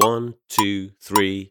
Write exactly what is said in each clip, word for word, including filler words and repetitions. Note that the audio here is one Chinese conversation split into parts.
One, two, three.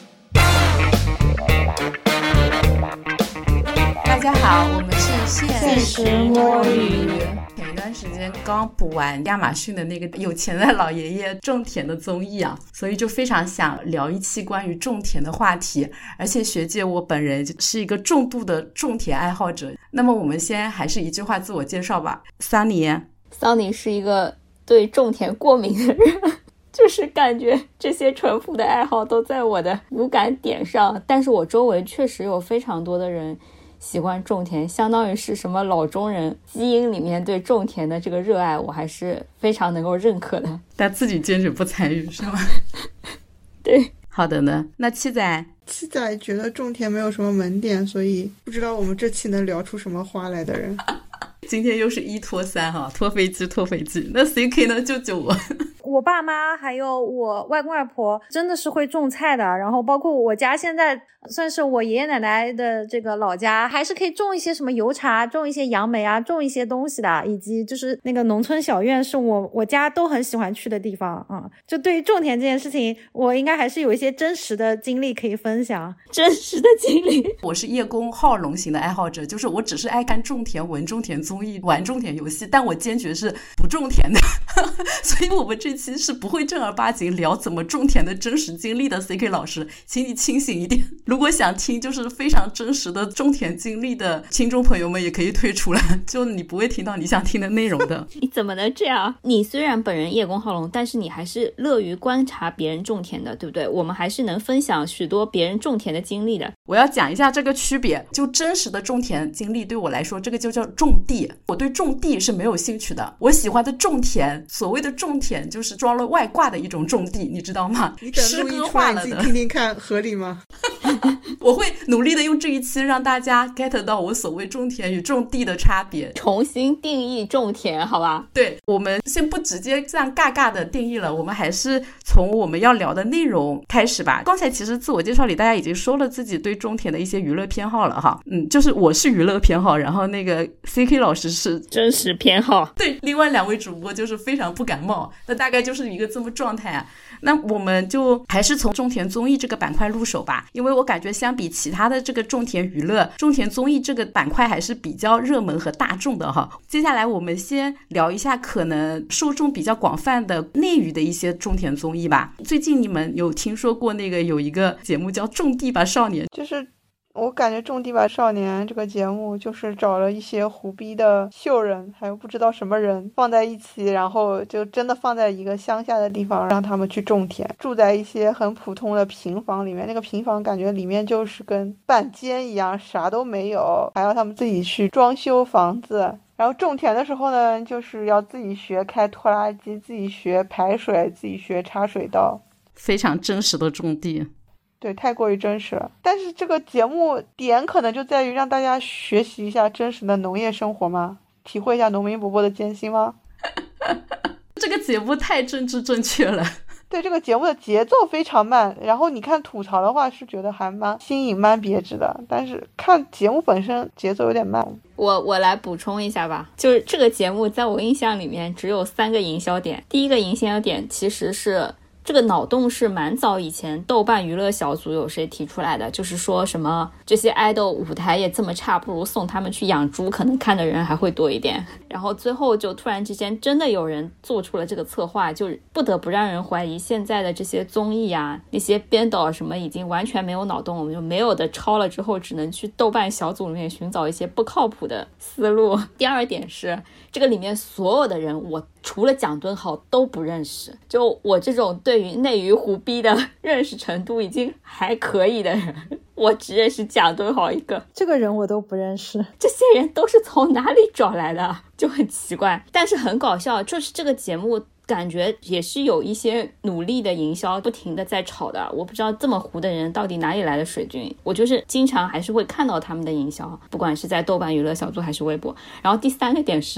大家好，我们是现实摸鱼。 前一段时间刚补完亚马逊的那个有钱的老爷爷种田的综艺啊，所以就非常想聊一期关于种田的话题。而且学姐我本人是一个重度的种田爱好者。那么我们先还是一句话自我介绍吧。桑尼， 桑尼是一个对种田过敏的人。就是感觉这些淳朴的爱好都在我的无感点上，但是我周围确实有非常多的人喜欢种田，相当于是什么老中人基因里面对种田的这个热爱，我还是非常能够认可的。 但自己坚决不参与是吗？ 对， 好的呢。那七仔， 七仔觉得种田没有什么门店，所以不知道我们这期能聊出什么花来的人。 今天又是一拖三哈，拖飞机拖飞机。那 C K 呢？救救我！ 我爸妈还有我外公外婆真的是会种菜的，然后包括我家现在算是我爷爷奶奶的这个老家，还是可以种一些什么油茶，种一些杨梅啊，种一些东西的，以及就是那个农村小院是我我家都很喜欢去的地方啊、嗯。就对于种田这件事情，我应该还是有一些真实的经历可以分享。 真实的经历， 我是叶公好龙型的爱好者，就是我只是爱看种田文、种田综艺、玩种田游戏，但我坚决是不种田的。所以我们这期是不会正儿八经聊怎么种田的真实经历的。 C K 老师请你清醒一点，如果想听就是非常真实的种田经历的听众朋友们也可以退出来，就你不会听到你想听的内容的。 你怎么能这样？你虽然本人叶公好龙，但是你还是乐于观察别人种田的，对不对？我们还是能分享许多别人种田的经历的。 我要讲一下这个区别，就真实的种田经历对我来说，这个就叫种地。我对种地是没有兴趣的，我喜欢的种田，所谓的种田就是装了外挂的一种种地，你知道吗？ 你等录一出来你自己听听看合理吗？ 我会努力的用这一期让大家 get 到我所谓种田与种地的差别， 重新定义种田，好吧？ 对，我们先不直接这样尬尬的定义了，我们还是从我们要聊的内容开始吧。刚才其实自我介绍里大家已经说了自己对种田的一些娱乐偏好了哈，嗯，就是我是娱乐偏好，然后那个 C K 老师是真实偏好， 对，另外两位主播就是非常不感冒，那大概就是一个这么状态啊。那我们就还是从种田综艺这个板块入手吧，因为我感觉相比其他的这个种田娱乐，种田综艺这个板块还是比较热门和大众的哈。接下来我们先聊一下可能受众比较广泛的内娱的一些种田综艺吧。最近你们有听说过那个有一个节目叫《种地吧少年》？ 就是我感觉《种地吧少年》这个节目就是找了一些胡逼的秀人还有不知道什么人放在一起，然后就真的放在一个乡下的地方让他们去种田，住在一些很普通的平房里面，那个平房感觉里面就是跟半间一样，啥都没有，还要他们自己去装修房子。然后种田的时候呢，就是要自己学开拖拉机，自己学排水，自己学插水道， 非常真实的种地。 对，太过于真实了。但是这个节目点可能就在于让大家学习一下真实的农业生活吗？体会一下农民伯伯的艰辛吗？ 这个节目太政治正确了。 对，这个节目的节奏非常慢，然后你看吐槽的话是觉得还蛮新颖蛮别致的，但是看节目本身节奏有点慢。 我我来补充一下吧，就是这个节目在我印象里面只有三个营销点。第一个营销点其实是这个脑洞是蛮早以前豆瓣娱乐小组有谁提出来的，就是说什么这些爱豆舞台也这么差，不如送他们去养猪，可能看的人还会多一点。然后最后就突然之间真的有人做出了这个策划，就不得不让人怀疑现在的这些综艺啊，那些编导什么已经完全没有脑洞，我们就没有的抄了之后只能去豆瓣小组里面寻找一些不靠谱的思路。第二点是这个里面所有的人我除了蒋敦浩都不认识，就我这种对于内娱胡逼的认识程度已经还可以的人，我只认识蒋敦浩一个， 这个人我都不认识， 这些人都是从哪里找来的，就很奇怪。但是很搞笑，就是这个节目感觉也是有一些努力的营销不停的在炒的，我不知道这么糊的人到底哪里来的水军，我就是经常还是会看到他们的营销，不管是在豆瓣娱乐小组还是微博。然后第三个点是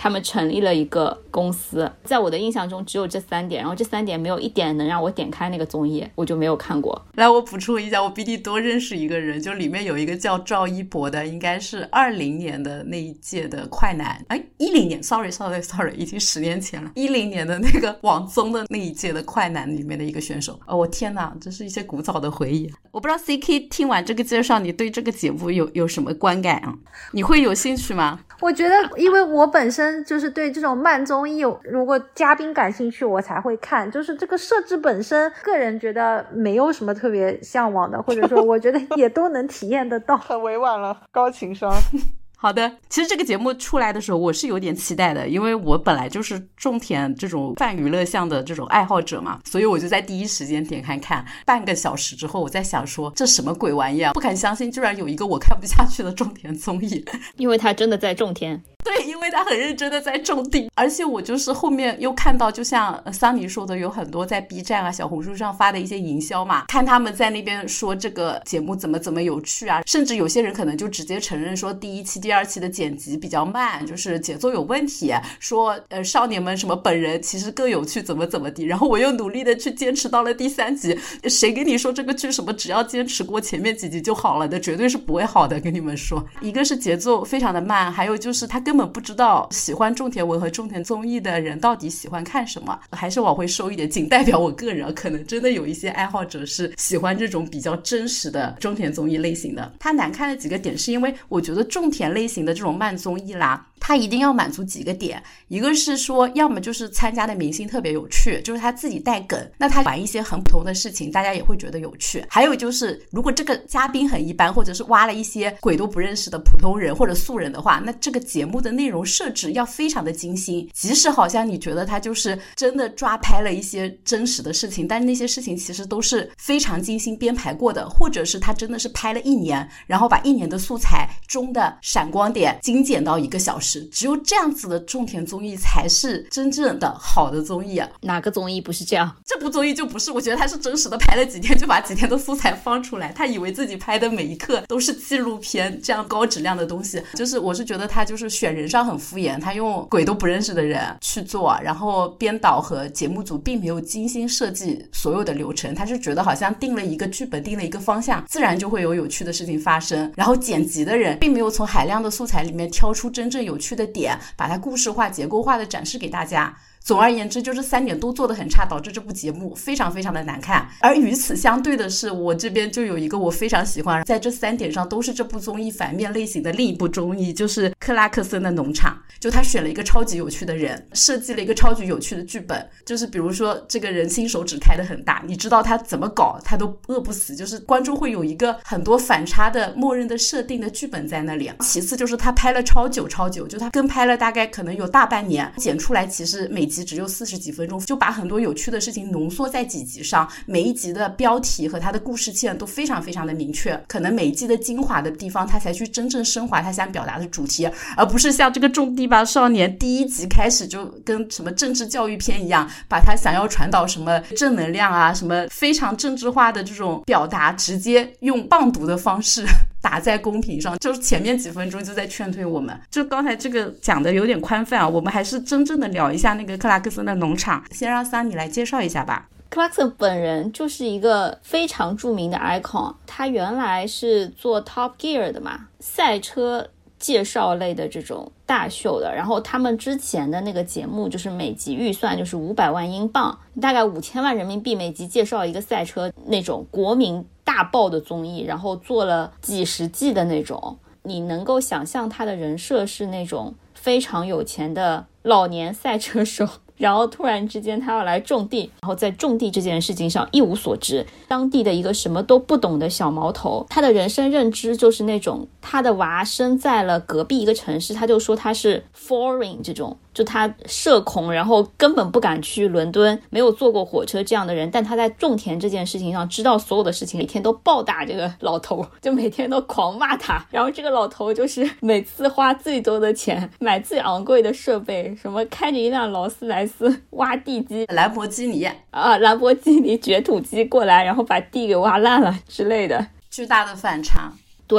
他们成立了一个公司。在我的印象中只有这三点，然后这三点没有一点能让我点开那个综艺，我就没有看过。 来，我补充一下，我比你多认识一个人，就里面有一个叫赵一博的，应该是二零年的那一届的快男，哎，一零年 ，sorry sorry sorry， 已经十年前了，一零年的那个网综的那一届的快男里面的一个选手。哦，我天哪，这是一些古早的回忆。我不知道 C K 听完这个介绍，你对这个节目有有什么观感啊？你会有兴趣吗？ 我觉得因为我本身就是对这种慢综艺，如果嘉宾感兴趣我才会看，就是这个设置本身个人觉得没有什么特别向往的，或者说我觉得也都能体验得到。 很委婉了，高情商。 好的，其实这个节目出来的时候我是有点期待的，因为我本来就是种田这种泛娱乐向的这种爱好者嘛，所以我就在第一时间点开看。半个小时之后我在想说这什么鬼玩意啊，不敢相信居然有一个我看不下去的种田综艺。 因为他真的在种田。 对，因为他很认真的在种地，而且我就是后面又看到，就像桑尼说的，有很多在 B 站啊、小红书上发的一些营销嘛，看他们在那边说这个节目怎么怎么有趣啊，甚至有些人可能就直接承认说第一期、第二期的剪辑比较慢，就是节奏有问题，说呃少年们什么本人其实更有趣，怎么怎么地。然后我又努力的去坚持到了第三集，谁跟你说这个剧什么只要坚持过前面几集就好了的，绝对是不会好的，跟你们说。一个是节奏非常的慢，还有就是他根本不知道喜欢种田文和种田综艺的人到底喜欢看什么，还是往回收一点，仅代表我个人，可能真的有一些爱好者是喜欢这种比较真实的种田综艺类型的。它难看的几个点是因为我觉得种田类型的这种慢综艺啦，他一定要满足几个点，一个是说要么就是参加的明星特别有趣，就是他自己带梗，那他玩一些很普通的事情大家也会觉得有趣，还有就是如果这个嘉宾很一般，或者是挖了一些鬼都不认识的普通人或者素人的话，那这个节目的内容设置要非常的精心，即使好像你觉得他就是真的抓拍了一些真实的事情，但是那些事情其实都是非常精心编排过的，或者是他真的是拍了一年，然后把一年的素材中的闪光点精简到一个小时，只有这样子的种田综艺才是真正的好的综艺啊！ 哪个综艺不是这样？ 这部综艺就不是，我觉得他是真实的拍了几天就把几天的素材放出来，他以为自己拍的每一刻都是纪录片这样高质量的东西，就是我是觉得他就是选人上很敷衍，他用鬼都不认识的人去做，然后编导和节目组并没有精心设计所有的流程，他是觉得好像定了一个剧本定了一个方向，自然就会有有趣的事情发生，然后剪辑的人并没有从海量的素材里面挑出真正有趣的点，把它故事化结构化的展示给大家。总而言之，就是三点都做得很差，导致这部节目非常非常的难看。而与此相对的是，我这边就有一个我非常喜欢，在这三点上都是这部综艺反面类型的另一部综艺，就是克拉克森的农场。就他选了一个超级有趣的人，设计了一个超级有趣的剧本，就是比如说这个人新手指开得很大，你知道他怎么搞他都饿不死，就是观众会有一个很多反差的默认的设定的剧本在那里。其次就是他拍了超久超久，就他跟拍了大概可能有大半年，剪出来其实每集只有四十几分钟，就把很多有趣的事情浓缩在几集上，每一集的标题和他的故事线都非常非常的明确，可能每一季的精华的地方他才去真正升华他想表达的主题，而不是像这个种地吧少年第一集开始就跟什么政治教育片一样，把他想要传导什么正能量啊，什么非常政治化的这种表达直接用棒读的方式打在公屏上，就是前面几分钟就在劝退我们。就刚才这个讲的有点宽泛啊，我们还是真正的聊一下那个克拉克森的农场。先让桑尼来介绍一下吧。 克拉克森本人就是一个非常著名的 icon， 他原来是做 Top Gear 的嘛，赛车介绍类的这种大秀的，然后他们之前的那个节目就是每集预算就是五百万英镑，大概五千万人民币，每集介绍一个赛车那种国民大爆的综艺，然后做了几十季的那种。你能够想象他的人设是那种非常有钱的老年赛车手，然后突然之间他要来种地，然后在种地这件事情上一无所知，当地的一个什么都不懂的小毛头，他的人生认知就是那种他的娃生在了隔壁一个城市，他就说他是 foreign 这种，就他社恐，然后根本不敢去伦敦，没有坐过火车这样的人，但他在种田这件事情上知道所有的事情，每天都暴打这个老头，就每天都狂骂他，然后这个老头就是每次花最多的钱买最昂贵的设备，什么开着一辆劳斯莱斯挖地机， 兰博基尼啊，兰博基尼掘土机过来，然后把地给挖烂了之类的， 巨大的反差。 对，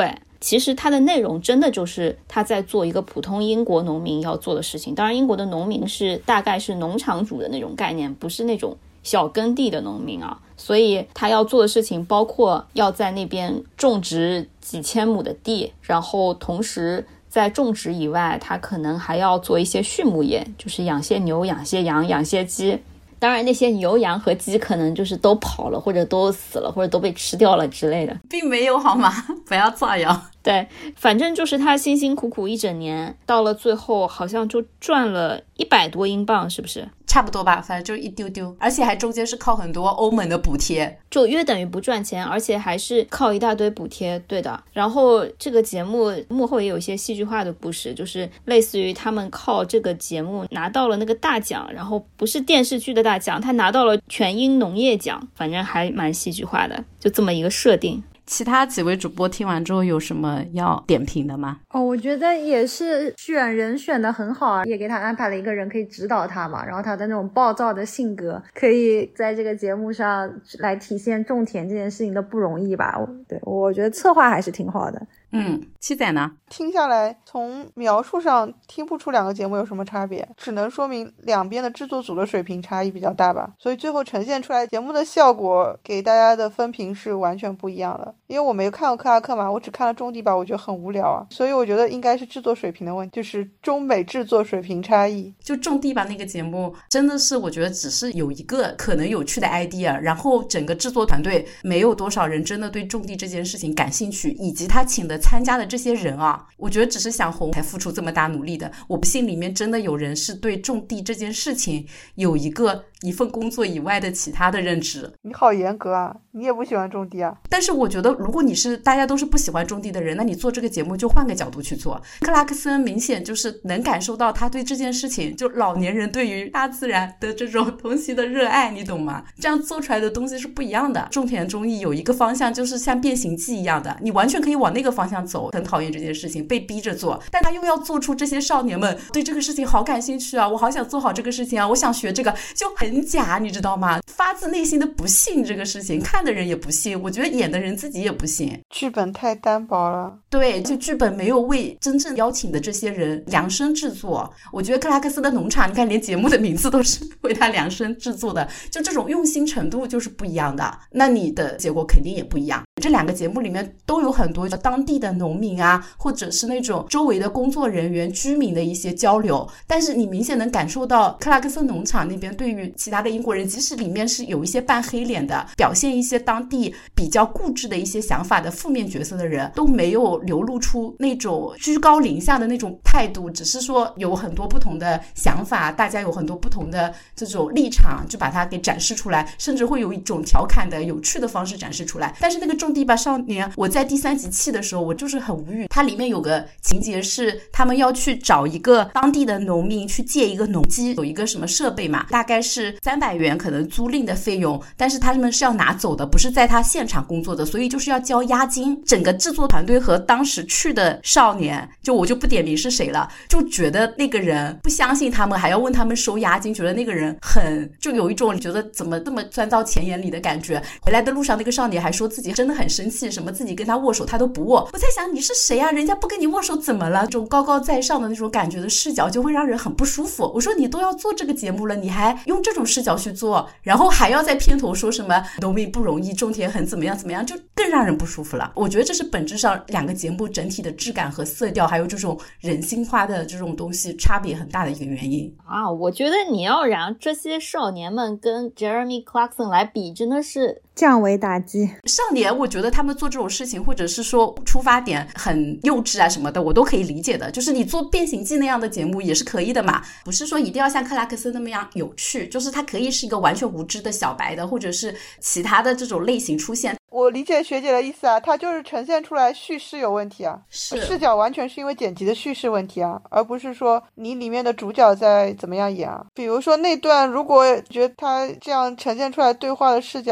其实它的内容真的就是他在做一个普通英国农民要做的事情。当然英国的农民是大概是农场主的那种概念，不是那种小耕地的农民啊，所以他要做的事情包括要在那边种植几千亩的地，然后同时在种植以外他可能还要做一些畜牧业，就是养些牛养些羊养些鸡。当然那些牛羊和鸡可能就是都跑了或者都死了或者都被吃掉了之类的， 并没有好吗？不要造谣。 对，反正就是他辛辛苦苦一整年，到了最后好像就赚了一百多英镑，是不是？ 差不多吧，反正就一丢丢，而且还中间是靠很多欧盟的补贴， 就约等于不赚钱，而且还是靠一大堆补贴。对的。然后这个节目幕后也有一些戏剧化的故事，就是类似于他们靠这个节目拿到了那个大奖，然后不是电视剧的大奖，他拿到了全英农业奖，反正还蛮戏剧化的，就这么一个设定。 其他几位主播听完之后有什么要点评的吗？ 哦，我觉得也是选人选的很好啊，也给他安排了一个人可以指导他嘛，然后他的那种暴躁的性格可以在这个节目上来体现种田这件事情的不容易吧。对，我觉得策划还是挺好的。 嗯，七仔呢？ 听下来从描述上听不出两个节目有什么差别，只能说明两边的制作组的水平差异比较大吧，所以最后呈现出来节目的效果给大家的分评是完全不一样的。因为我没有看过克拉克嘛，我只看了中地吧，我觉得很无聊啊，所以我觉得应该是制作水平的问题，就是中美制作水平差异。 就种地吧那个节目真的是我觉得只是有一个可能有趣的 idea， 然后整个制作团队没有多少人真的对种地这件事情感兴趣，以及他请的参加的这些人啊，我觉得只是想红才付出这么大努力的，我不信里面真的有人是对种地这件事情有一个一份工作以外的其他的认知。 你好严格啊，你也不喜欢种地啊？ 但是我觉得如果你是大家都是不喜欢种地的人，那你做这个节目就换个角度去做。克拉克森明显就是能感受到他对这件事情，就老年人对于大自然的这种东西的热爱，你懂吗？这样做出来的东西是不一样的。种田综艺有一个方向就是像变形记一样的，你完全可以往那个方向走，很讨厌这件事情被逼着做，但他又要做出这些少年们对这个事情好感兴趣啊，我好想做好这个事情啊，我想学这个，就很假，你知道吗？发自内心的不信这个事情，看的人也不信，我觉得演的人自己也不信， 剧本太单薄了。 对，就剧本没有为真正邀请的这些人量身制作。我觉得克拉克斯的农场，你看连节目的名字都是为他量身制作的，就这种用心程度就是不一样的，那你的结果肯定也不一样。这两个节目里面都有很多当地的农民啊，或者是那种周围的工作人员居民的一些交流，但是你明显能感受到克拉克森农场那边对于其他的英国人，即使里面是有一些扮黑脸的，表现一些当地比较固执的一些想法的负面角色的人，都没有流露出那种居高临下的那种态度，只是说有很多不同的想法，大家有很多不同的这种立场，就把它给展示出来，甚至会有一种调侃的有趣的方式展示出来。但是那个种地吧少年，我在第三集气的时候我就是很无语，它里面有个情节是他们要去找一个当地的农民去借一个农机，有一个什么设备嘛，大概是三百元可能租赁的费用，但是他们是要拿走的，不是在他现场工作的，所以就是要交押金。整个制作团队和当时去的少年，就我就不点名是谁了，就觉得那个人不相信他们，还要问他们收押金，觉得那个人很就有一种觉得怎么这么钻到钱眼里的感觉。回来的路上那个少年还说自己真的很生气，什么自己跟他握手他都不握。我在想你是谁啊，人家不跟你握手怎么了？这种高高在上的那种感觉的视角就会让人很不舒服。我说你都要做这个节目了，你还用这种视角去做，然后还要在片头说什么农民不容易，种田很怎么样怎么样，就更让人不舒服了。我觉得这是本质上两个节目整体的质感和色调还有这种人性化的这种东西差别很大的一个原因啊。我觉得你要让这些少年们跟 Jeremy Clarkson 来比，真的是降维打击。 少年我觉得他们做这种事情或者是说出发点很幼稚啊什么的我都可以理解的，就是你做变形记那样的节目也是可以的嘛，不是说一定要像克拉克森那么样有趣，就是它可以是一个完全无知的小白的或者是其他的这种类型出现。 我理解学姐的意思啊，它就是呈现出来叙事有问题啊， 是视角完全是因为剪辑的叙事问题啊，而不是说你里面的主角在怎么样演啊。比如说那段如果觉得他这样呈现出来对话的视角不是特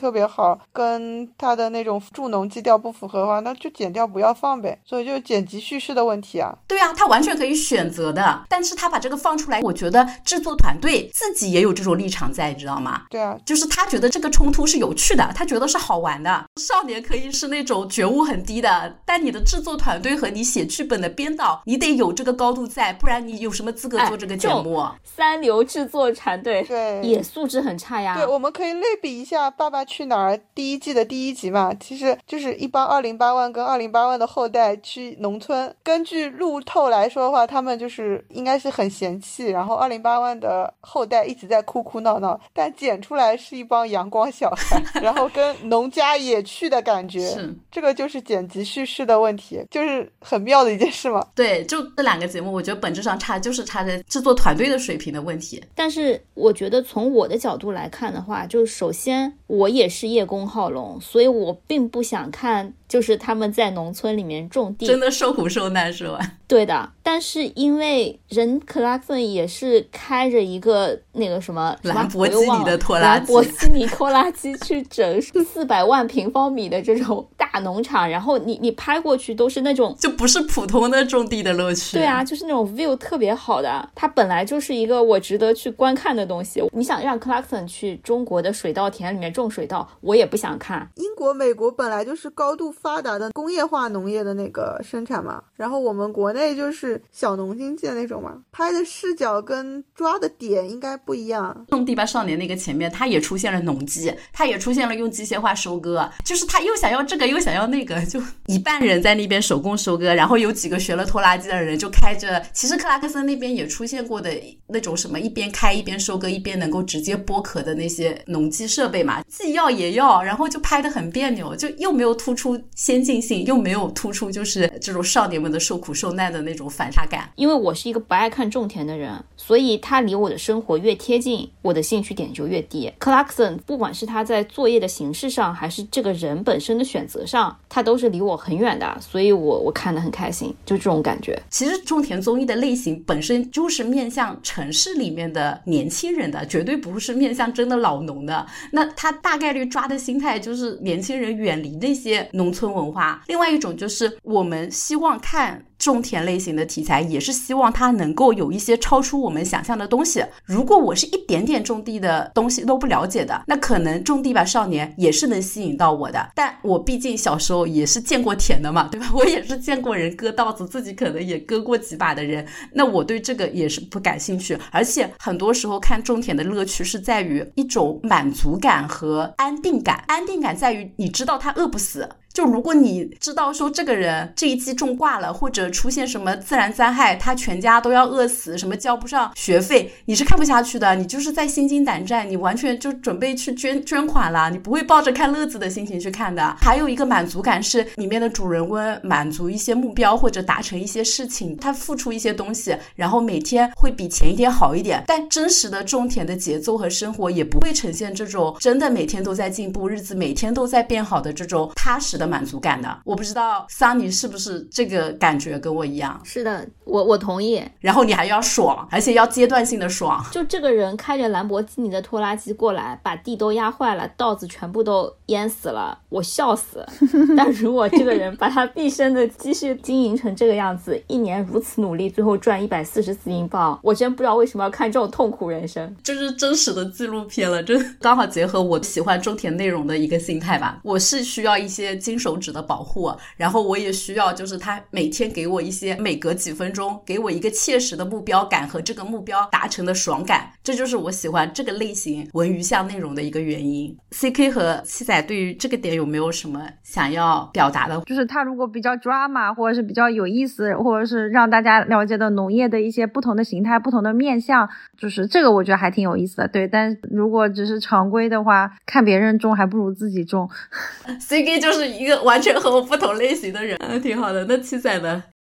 特别好，跟他的那种助农基调不符合的话，那就剪掉不要放呗。所以就剪辑叙事的问题啊。 对啊，他完全可以选择的，但是他把这个放出来，我觉得制作团队自己也有这种立场在，你知道吗？ 对啊， 就是他觉得这个冲突是有趣的，他觉得是好玩的。少年可以是那种觉悟很低的，但你的制作团队和你写剧本的编导，你得有这个高度在，不然你有什么资格做这个节目？ 哎、三流制作团队对也素质很差呀。 对，我们可以类比一下《爸爸去哪儿》第一季的第一集嘛，其实就是一帮二零八万跟二零八万的后代去农村，根据路透来说的话，他们就是应该是很嫌弃，然后二零八万的后代一直在哭哭闹闹，但剪出来是一帮阳光小孩，然后跟农家野趣的感觉， 是这个就是剪辑叙事的问题，就是很妙的一件事嘛。 对，就这两个节目我觉得本质上差就是差在制作团队的水平的问题。 但是我觉得从我的角度来看的话，就是首先我也是叶公好龙，所以我并不想看就是他们在农村里面种地真的受苦受难是吧？ 对的，但是因为人克拉克森也是开着一个那个什么兰博基尼的拖拉机， 兰博基尼拖拉机去整四百万平方米的这种大农场，然后你你拍过去都是那种就不是普通的种地的乐趣。 对啊，就是那种 view 特别好的，它本来就是一个我值得去观看的东西。你想让克拉克森去中国的水稻田里面种水稻，我也不想看。 英国、美国本来就是高度发达的工业化农业的那个生产嘛，然后我们国内就是小农经济的那种嘛，拍的视角跟抓的点应该不一样。 种地吧少年那个前面他也出现了农机，他也出现了用机械化收割，就是他又想要这个又想要那个，就一半人在那边手工收割，然后有几个学了拖拉机的人就开着，其实克拉克森那边也出现过的那种什么一边开一边收割一边能够直接剥壳的那些农机设备嘛，既要也要，然后就拍得很别扭，就又没有突出先进性，又没有突出就是这种少年们的受苦受难的那种反差感。 因为我是一个不爱看种田的人，所以他离我的生活越贴近，我的兴趣点就越低。克拉克森不管是他在作业的形式上还是这个人本身的选择上，他都是离我很远的，所以我我看得很开心，就这种感觉。 其实种田综艺的类型本身就是面向城市里面的年轻人的，绝对不是面向真的老农的，那他大概率抓的心态就是年轻人远离那些农村文化。另外一种就是我们希望看种田类型的题材，也是希望它能够有一些超出我们想象的东西。如果我是一点点种地的东西都不了解的，那可能种地吧少年也是能吸引到我的，但我毕竟小时候也是见过田的嘛，对吧？我也是见过人割稻子，自己可能也割过几把的人，那我对这个也是不感兴趣。而且很多时候看种田的乐趣是在于一种满足感和安定感，安定感在于你知道他饿不死，就如果你知道说这个人这一季种挂了，或者出现什么自然灾害，他全家都要饿死，什么交不上学费，你是看不下去的，你就是在心惊胆战，你完全就准备去捐捐款了，你不会抱着看乐子的心情去看的。还有一个满足感是里面的主人翁满足一些目标或者达成一些事情，他付出一些东西，然后每天会比前一天好一点。但真实的种田的节奏和生活也不会呈现这种真的每天都在进步，日子每天都在变好的这种踏实的满足感的。我不知道桑尼是不是这个感觉跟我一样。 是的，我我同意。 然后你还要爽，而且要阶段性的爽。 就这个人开着兰博基尼的拖拉机过来，把地都压坏了，稻子全部都淹死了，我笑死。但如果这个人把他毕生的积蓄经营成这个样子，一年如此努力，最后赚一百四十四英镑，我真不知道为什么要看这种痛苦人生。 这是真实的纪录片了，这刚好结合我喜欢种田内容的一个心态吧。我是需要一些金手指的保护，然后我也需要就是他每天给我一些每隔几分钟给我一个切实的目标感和这个目标达成的爽感，这就是我喜欢这个类型文娱向内容的一个原因。 C K 和七仔对于这个点有没有什么想要表达的？ 就是他如果比较 drama 或者是比较有意思，或者是让大家了解的农业的一些不同的形态不同的面向，就是这个我觉得还挺有意思的。对，但如果只是常规的话，看别人种还不如自己种。 C K 就是一个完全和我不同类型的人，挺好的。那七仔呢？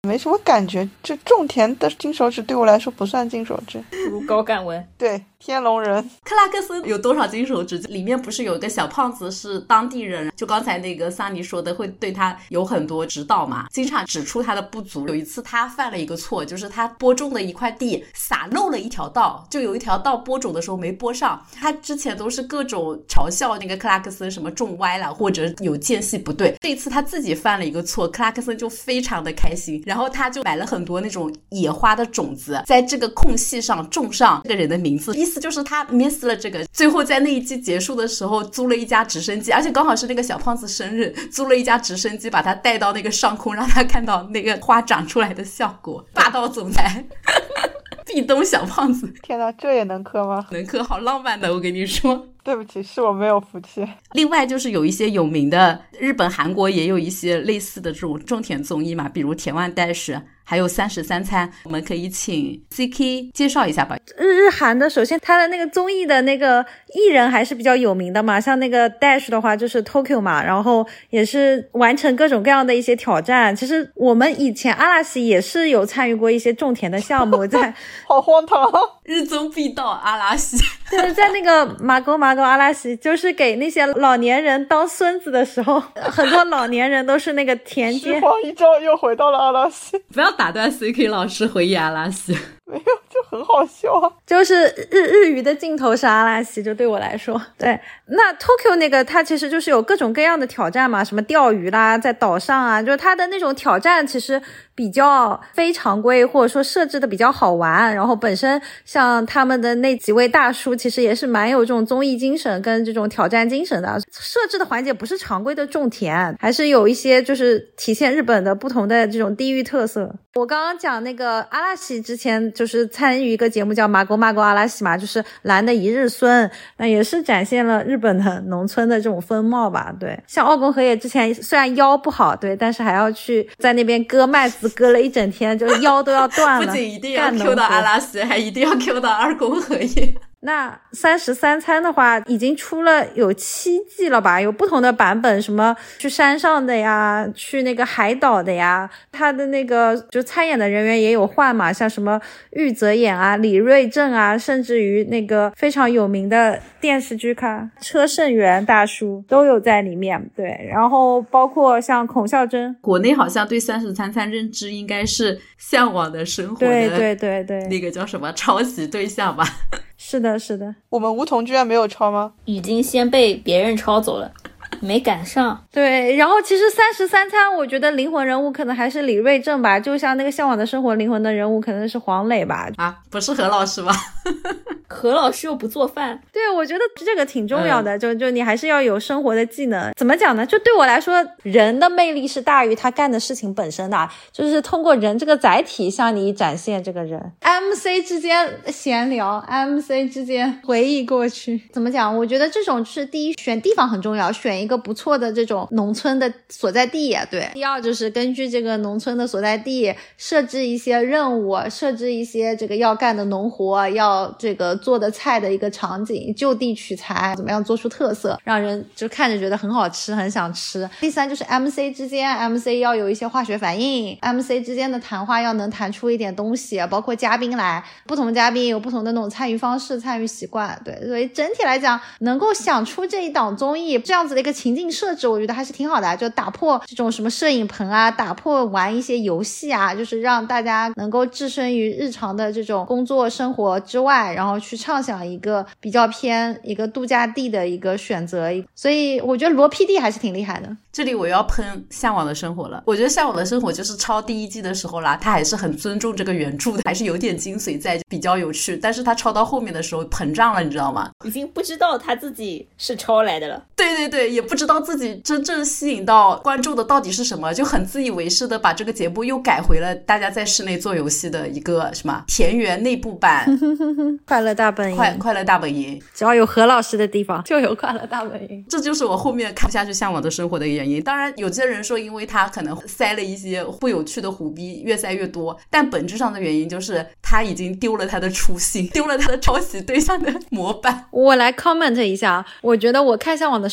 没什么感觉。这种田的金手指对我来说不算金手指， 不如高干文。 对，天龙人。 克拉克森有多少金手指？里面不是有个小胖子是当地人，就刚才那个桑尼说的，会对他有很多指导嘛，经常指出他的不足。有一次他犯了一个错，就是他播种的一块地撒漏了一条道，就有一条道播种的时候没播上。他之前都是各种嘲笑那个克拉克森什么种歪了，或者有间隙不对。这一次他自己犯了一个错，克拉克森就非常的开心，然后他就买了很多那种野花的种子，在这个空隙上种上这个人的名字，意思就是他 miss 了这个。最后在那一季结束的时候租了一架直升机，而且刚好是那个小胖子生日，租了一架直升机把他带到那个上空，让他看到那个花长出来的效果。霸道总裁壁咚小胖子， 天哪，这也能磕吗？ 能磕，好浪漫的，我跟你说。 对不起，是我没有福气。 另外就是有一些有名的日本韩国也有一些类似的这种种田综艺嘛，比如田万代史，还有三十三餐。我们可以请 C K 介绍一下吧。 日日韩的首先他的那个综艺的那个艺人还是比较有名的嘛，像那个 Dash 的话就是 Tokyo 嘛，然后也是完成各种各样的一些挑战。其实我们以前阿拉西也是有参与过一些种田的项目在好荒唐啊！ 日综必到阿拉西。 就是在那个马沟马沟阿拉西，就是给那些老年人当孙子的时候，很多老年人都是那个田间。 时光一照又回到了阿拉西。 不要打断 C K 老师回忆阿拉西。 没有，就很好笑啊。 就是日日语的尽头是阿拉西，就对我来说。对，那 Tokyo 那个它其实就是有各种各样的挑战嘛，什么钓鱼啦，在岛上啊，就是它的那种挑战其实比较非常规，或者说设置的比较好玩。然后本身像他们的那几位大叔其实也是蛮有这种综艺精神跟这种挑战精神的。设置的环节不是常规的种田，还是有一些就是体现日本的不同的这种地域特色。我刚刚讲那个阿拉西之前就是参与一个节目叫马沟马沟阿拉西嘛，就是蓝的一日孙，那也是展现了日本的农村的这种风貌吧。对，像奥宫和也之前虽然腰不好，对，但是还要去在那边割麦子割了一整天，就是腰都要断了。 不仅一定要 Q 到阿拉西，还一定要 Q 到二宫和也。 那三十三餐的话已经出了有七季了吧，有不同的版本，什么去山上的呀，去那个海岛的呀，他的那个就参演的人员也有换嘛，像什么玉泽演啊，李瑞镇啊，甚至于那个非常有名的电视剧咖车胜元大叔都有在里面。对，然后包括像孔孝真， 国内好像对三十三餐认知应该是向往的生活的， 对对对对， 那个叫什么抄袭对象吧。 是的是的。 我们梧桐居然没有抄吗？ 已经先被别人抄走了，没赶上。 对，然后其实三十三餐我觉得灵魂人物可能还是李瑞镇吧，就像那个向往的生活灵魂的人物可能是黄磊吧。 啊，不是何老师吗？ 何老师又不做饭。 对，我觉得这个挺重要的，嗯、就就你还是要有生活的技能。怎么讲呢？就对我来说，人的魅力是大于他干的事情本身的，就是通过人这个载体向你展现这个人。M C 之间闲聊 ，M C 之间回忆过去。怎么讲？我觉得这种是第一，选地方很重要，选一个不错的这种农村的所在地。对，第二就是根据这个农村的所在地设置一些任务，设置一些这个要干的农活，要这个做的菜的一个场景，就地取材，怎么样做出特色，让人就看着觉得很好吃，很想吃。第三就是 M C 之间 M C 要有一些化学反应， M C 之间的谈话要能谈出一点东西，包括嘉宾来，不同嘉宾有不同的那种参与方式，参与习惯。对，所以整体来讲能够想出这一档综艺这样子的一个情境设置，我觉得还是挺好的，就打破这种什么摄影棚啊，打破玩一些游戏啊，就是让大家能够置身于日常的这种工作生活之外，然后去畅想一个比较偏一个度假地的一个选择。所以我觉得罗 P D 还是挺厉害的。 这里我要喷向往的生活了，我觉得向往的生活就是抄第一季的时候啦，他还是很尊重这个原著的，还是有点精髓在，比较有趣。但是他抄到后面的时候膨胀了，你知道吗？ 已经不知道他自己是抄来的了。 对对对，也不知道自己真正吸引到观众的到底是什么，就很自以为是的把这个节目又改回了大家在室内做游戏的一个什么田园内部版快乐大本营， 快快乐大本营， 只要有何老师的地方就有快乐大本营。 这就是我后面看不下去向往的生活的原因。当然有些人说因为他可能塞了一些不有趣的虎逼，越塞越多，但本质上的原因就是他已经丢了他的初心，丢了他的抄袭对象的模板。 我来 comment 一下，我觉得我看向往的生活真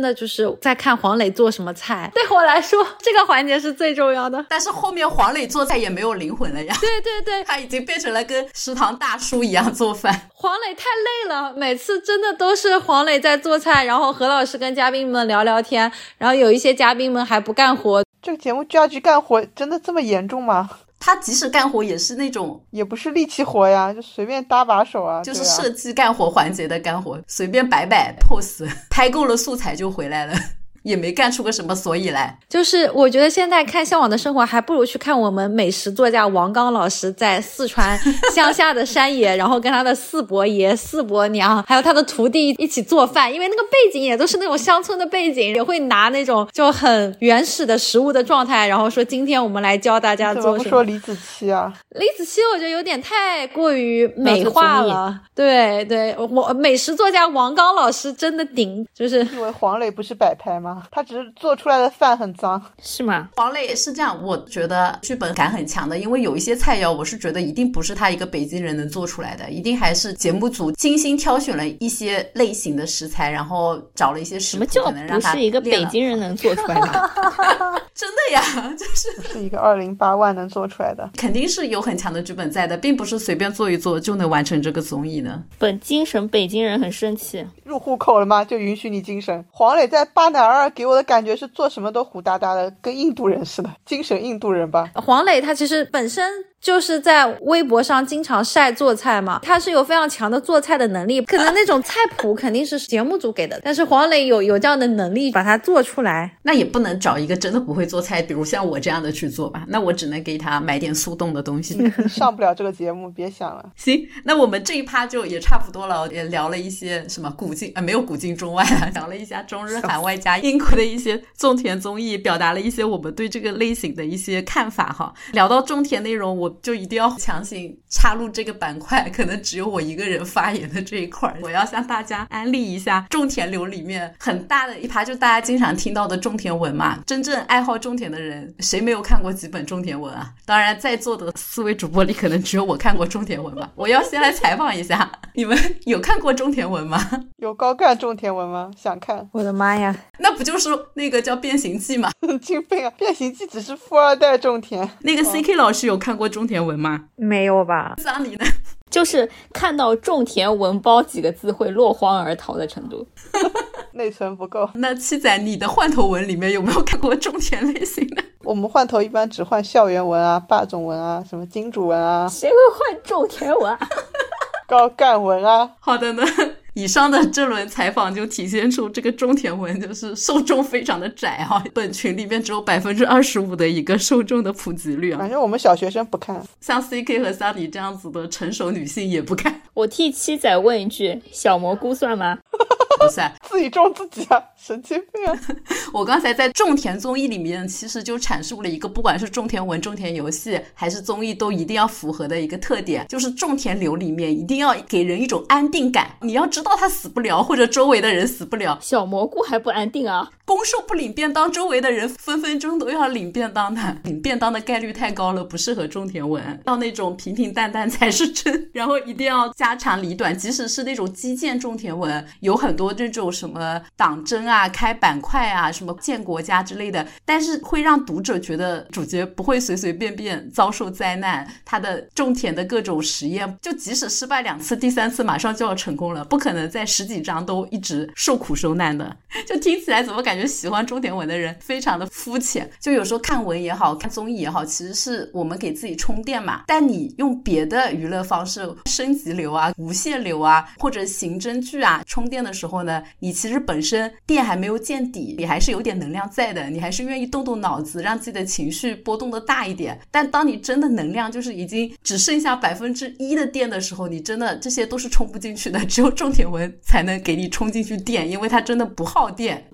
的就是在看黄磊做什么菜，对我来说这个环节是最重要的。 但是后面黄磊做菜也没有灵魂了呀。 对对对， 他已经变成了跟食堂大叔一样做饭。 黄磊太累了，每次真的都是黄磊在做菜，然后何老师跟嘉宾们聊聊天，然后有一些嘉宾们还不干活。 这个节目 judge 干活真的这么严重吗？ 他即使干活也是那种也不是力气活呀，就随便搭把手啊， 就是设计干活环节的干活，随便摆摆 pose， 拍够了素材就回来了，也没干出个什么所以来。 就是我觉得现在看《向往的生活》还不如去看我们美食作家王刚老师在四川乡下的山野然后跟他的四伯爷四伯娘还有他的徒弟一起做饭，因为那个背景也都是那种乡村的背景，也会拿那种就很原始的食物的状态，然后说今天我们来教大家做什么。 怎么不说李子柒啊？ 李子柒我觉得有点太过于美化了。对对，我美食作家王刚老师真的顶，就是因为黄磊不是摆拍吗？他只是做出来的饭很脏。 是吗？ 黄磊是这样，我觉得剧本感很强的，因为有一些菜肴我是觉得一定不是他一个北京人能做出来的，一定还是节目组精心挑选了一些类型的食材，然后找了一些食谱， 什么叫不是一个北京人能做出来的？ 真的呀，就是是一个二零八万能做出来的， 肯定是有很强的剧本在的，并不是随便做一做就能完成这个综艺的。 本精神北京人很生气， 入户口了吗？就允许你精神。黄磊在巴乃尔给我的感觉是做什么都虎哒哒的，跟印度人似的，精神印度人吧。 黄磊他其实本身就是在微博上经常晒做菜嘛，他是有非常强的做菜的能力，可能那种菜谱肯定是节目组给的，但是黄磊有有这样的能力把它做出来。 那也不能找一个真的不会做菜，比如像我这样的去做吧，那我只能给他买点速冻的东西。 上不了这个节目，别想了。 行，那我们这一趴就也差不多了，也聊了一些什么古今啊，没有古今中外啊，聊了一下中日韩外加英国的一些种田综艺，表达了一些我们对这个类型的一些看法哈。聊到种田内容，我就一定要强行插入这个板块，可能只有我一个人发言的这一块，我要向大家安利一下种田流里面很大的一趴，就大家经常听到的种田文嘛。真正爱好种田的人，谁没有看过几本种田文啊？当然在座的四位主播里可能只有我看过种田文吧。我要先来采访一下，你们有看过种田文吗？ 有高干种田文吗？想看。 我的妈呀， 那不就是那个叫变形记吗？ 神经病啊，变形记只是富二代种田。 那个 C K 老师有看过种田文吗？ 没有吧。 桑尼呢？ 就是看到种田文包几个字会落荒而逃的程度。 内存不够。 那七仔，你的换头文里面有没有看过种田类型的？ 我们换头一般只换校园文啊、霸总文啊、什么金主文啊。 谁会换种田文啊？ 高干文啊。 好的呢，以上的这轮采访就体现出这个种田文就是受众非常的窄哈、啊，本群里面只有百分之二十五的一个受众的普及率啊。 反正我们小学生不看， 像 C K 和 Sunny 这样子的成熟女性也不看。 我替七仔问一句，小蘑菇算吗？ 不算， 自己种自己啊，神经病啊！ 我刚才在种田综艺里面其实就阐述了一个不管是种田文、种田游戏还是综艺都一定要符合的一个特点，就是种田流里面一定要给人一种安定感，你要知道他死不了或者周围的人死不了。 小蘑菇还不安定啊， 公受不领便当，周围的人分分钟都要领便当的，领便当的概率太高了，不适合种田文，要那种平平淡淡才是真，然后一定要家长里短，即使是那种基建种田文，有很多这种什么党争啊、开板块啊、什么建国家之类的，但是会让读者觉得主角不会随随便便遭受灾难，他的种田的各种实验，就即使失败两次，第三次马上就要成功了，不可能在十几章都一直受苦受难的。就听起来怎么感觉喜欢种田文的人非常的肤浅，就有时候看文也好，看综艺也好，其实是我们给自己充电嘛，但你用别的娱乐方式，升级流啊、无限流啊或者刑侦剧啊充电的时候呢，你其实本身电还没有见底，你还是有点能量在的，你还是愿意动动脑子，让自己的情绪波动的大一点。但当你真的能量就是已经只剩下百分之一的电的时候，你真的这些都是充不进去的，只有种田文才能给你充进去电，因为它真的不耗电，不费脑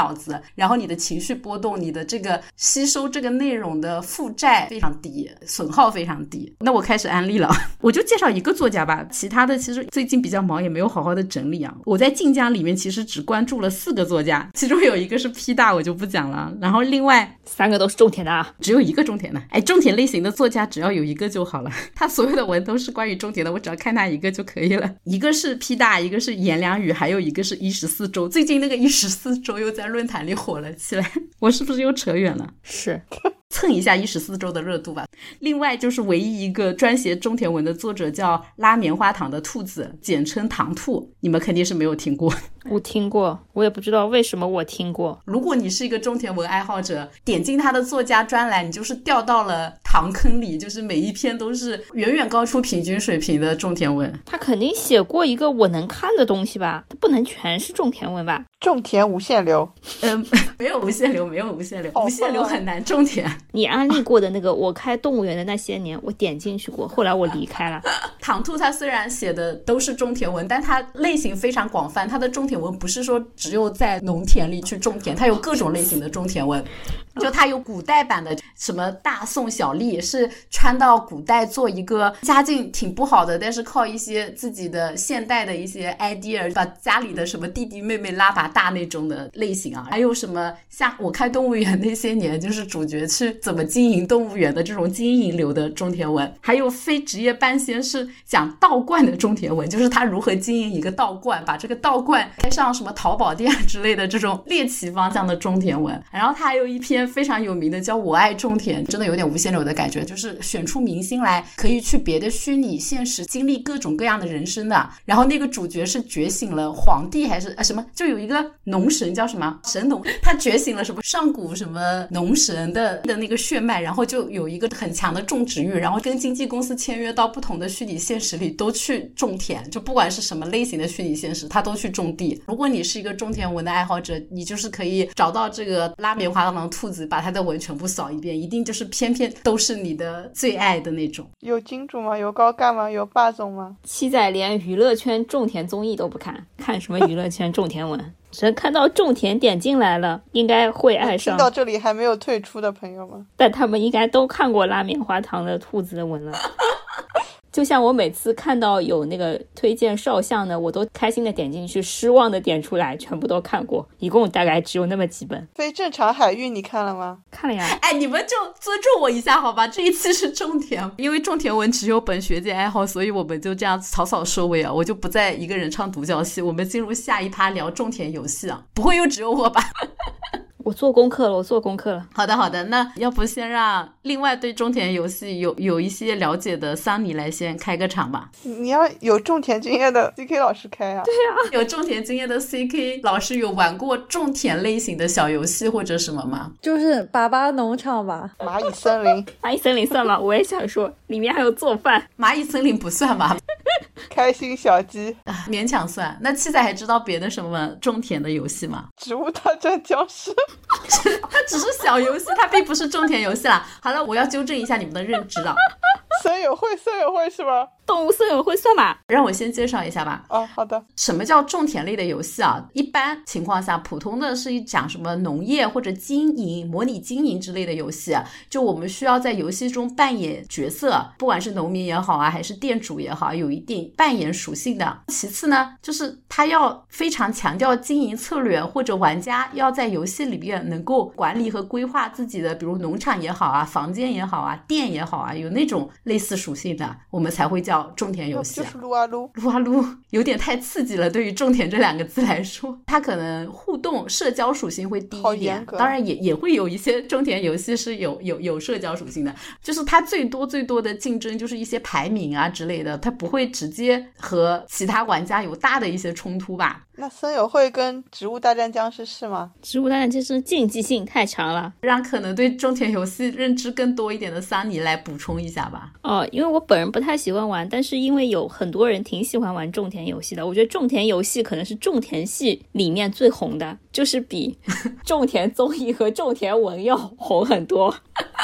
脑子，然后你的情绪波动，你的这个吸收这个内容的负债非常低，损耗非常低。那我开始安利了，我就介绍一个作家吧，其他的其实最近比较忙，也没有好好的整理啊。我在晋江里面其实只关注了四个作家，其中有一个是 P 大，我就不讲了，然后另外三个都是种田的啊， 只有一个种田的。哎，种田类型的作家只要有一个就好了，他所有的文都是关于种田的，我只要看他一个就可以了。一个是 P 大，一个是颜良宇，还有一个是一十四周。最近那个一十四周又在论坛里火了起来，我是不是又扯远了？ 是蹭一下一十四周的热度吧。另外就是唯一一个专写种田文的作者叫拉棉花糖的兔子，简称糖兔，你们肯定是没有听过。 我听过，我也不知道为什么我听过。 如果你是一个种田文爱好者，点进他的作家专栏，你就是掉到了糖坑里，就是每一篇都是远远高出平均水平的种田文。 他肯定写过一个我能看的东西吧，他不能全是种田文吧？ 种田无限流。 嗯，没有无限流，没有无限流，无限流很难种田。 你安利过的那个我开动物园的那些年，我点进去过，后来我离开了。 糖兔他虽然写的都是种田文，但他类型非常广泛，他的种田文不是说只有在农田里去种田，他有各种类型的种田文。就他有古代版的什么大宋小丽，是穿到古代做一个家境挺不好的，但是靠一些自己的现代的一些 idea 把家里的什么弟弟妹妹拉拔大那种的类型啊。还有什么像我开动物园那些年，就是主角是怎么经营动物园的这种经营流的种田文。还有非职业半仙是讲道观的种田文，就是他如何经营一个道观，把这个道观开上什么淘宝店之类的这种猎奇方向的种田文。然后他还有一篇非常有名的叫我爱种田，真的有点无限流的感觉，就是选出明星来可以去别的虚拟现实经历各种各样的人生的。然后那个主角是觉醒了皇帝还是、啊、什么，就有一个农神叫什么神农，他觉醒了什么上古什么农神的的那个血脉，然后就有一个很强的种植欲，然后跟经纪公司签约到不同的虚拟现实里都去种田，就不管是什么类型的虚拟现实他都去种地。如果你是一个种田文的爱好者，你就是可以找到这个拉棉花糖的兔子，把它的文全部扫一遍，一定就是偏偏都是你的最爱的那种。 有金主吗？有高干吗？有霸总吗？ 七仔连娱乐圈种田综艺都不看，看什么娱乐圈种田文？只看到种田点进来了，应该会爱上。 听到这里还没有退出的朋友们， 但他们应该都看过拉棉花糖的兔子的文了。就像我每次看到有那个推荐少相的，我都开心的点进去，失望的点出来，全部都看过，一共大概只有那么几本。 非正常海域你看了吗？ 看了呀。 哎，你们就尊重我一下好吧，这一期是种田，因为种田文只有本学姐爱好，所以我们就这样草草收尾啊，我就不再一个人唱独角戏，我们进入下一趴聊种田游戏啊，不会又只有我吧？ 我做功课了，我做功课了。 好的好的，那要不先让另外对种田游戏有有一些了解的桑尼来先开个场吧。 你要有种田经验的 C K 老师开啊。 对啊， 有种田经验的 C K 老师有玩过种田类型的小游戏或者什么吗？ 就是粑粑农场吧。 蚂蚁森林。 蚂蚁森林算吗？我也想说里面还有做饭。 蚂蚁森林不算吧。 开心小鸡、 啊、勉强算。那七仔还知道别的什么种田的游戏吗？ 植物大战僵尸。 它只是小游戏，它并不是种田游戏啦。好了，我要纠正一下你们的认知了。 森友会，森友会是吧？ 动物森友会算吧？ 让我先介绍一下吧。 哦，好的。 什么叫种田类的游戏啊？一般情况下，普通的是讲什么农业或者经营、模拟经营之类的游戏，就我们需要在游戏中扮演角色，不管是农民也好啊，还是店主也好，有一定扮演属性的。其次呢，就是它要非常强调经营策略，或者玩家要在游戏里边能够管理和规划自己的，比如农场也好啊，房间也好啊，店也好啊，有那种类似属性的，我们才会叫种田游戏、啊、 就是撸啊撸。 撸啊撸有点太刺激了，对于种田这两个字来说，它可能互动社交属性会低一点，当然也也会有一些种田游戏是有有有社交属性的，就是它最多最多的竞争就是一些排名啊之类的，它不会直接和其他玩家有大的一些冲突吧。 那森友会跟植物大战僵尸是吗？ 植物大战僵尸竞技性太强了， 让可能对种田游戏认知更多一点的桑尼来补充一下吧。 哦，因为我本人不太喜欢玩，但是因为有很多人挺喜欢玩种田游戏的，我觉得种田游戏可能是种田系里面最红的，就是比种田综艺和种田文要红很多。